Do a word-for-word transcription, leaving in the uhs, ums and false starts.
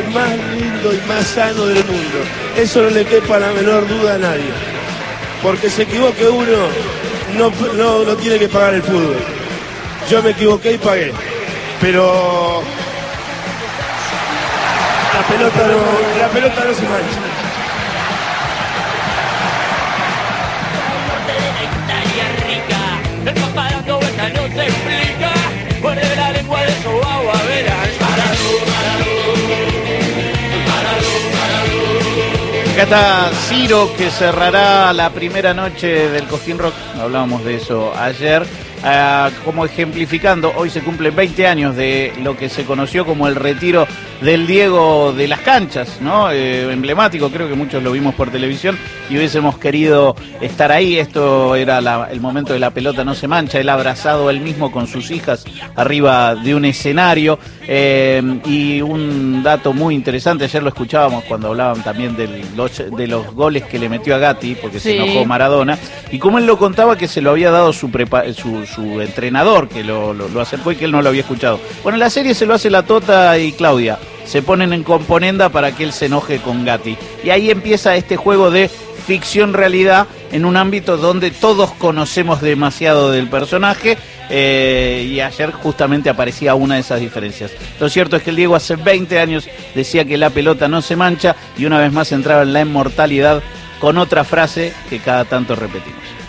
más lindo y más sano del mundo. Eso no le quepa la menor duda a nadie. Porque se equivoque uno, no, no, no tiene que pagar el fútbol. Yo me equivoqué y pagué. Pero la pelota no, la pelota no se mancha. El papá dando vueltas no se explica. Muerde la lengua de su agua, verás. Acá está Ciro, que cerrará la primera noche del Cosquín Rock. Hablábamos de eso ayer. Uh, como ejemplificando, hoy se cumplen veinte años de lo que se conoció como el retiro del Diego de las canchas, ¿no? Eh, emblemático, creo que muchos lo vimos por televisión y hubiésemos querido estar ahí. Esto era la, el momento de La pelota no se mancha, él abrazado él mismo con sus hijas arriba de un escenario. Eh, y un dato muy interesante, ayer lo escuchábamos cuando hablaban también de los, de los goles que le metió a Gatti, porque sí. Se enojó Maradona, y como él lo contaba que se lo había dado su, prepa, su, su entrenador, que lo, lo, lo acercó y que él no lo había escuchado. Bueno, en la serie se lo hace la Tota y Claudia, se ponen en componenda para que él se enoje con Gatti. Y ahí empieza este juego de ficción-realidad en un ámbito donde todos conocemos demasiado del personaje, eh, y ayer justamente aparecía una de esas diferencias. Lo cierto es que el Diego hace veinte años decía que la pelota no se mancha y una vez más entraba en la inmortalidad con otra frase que cada tanto repetimos.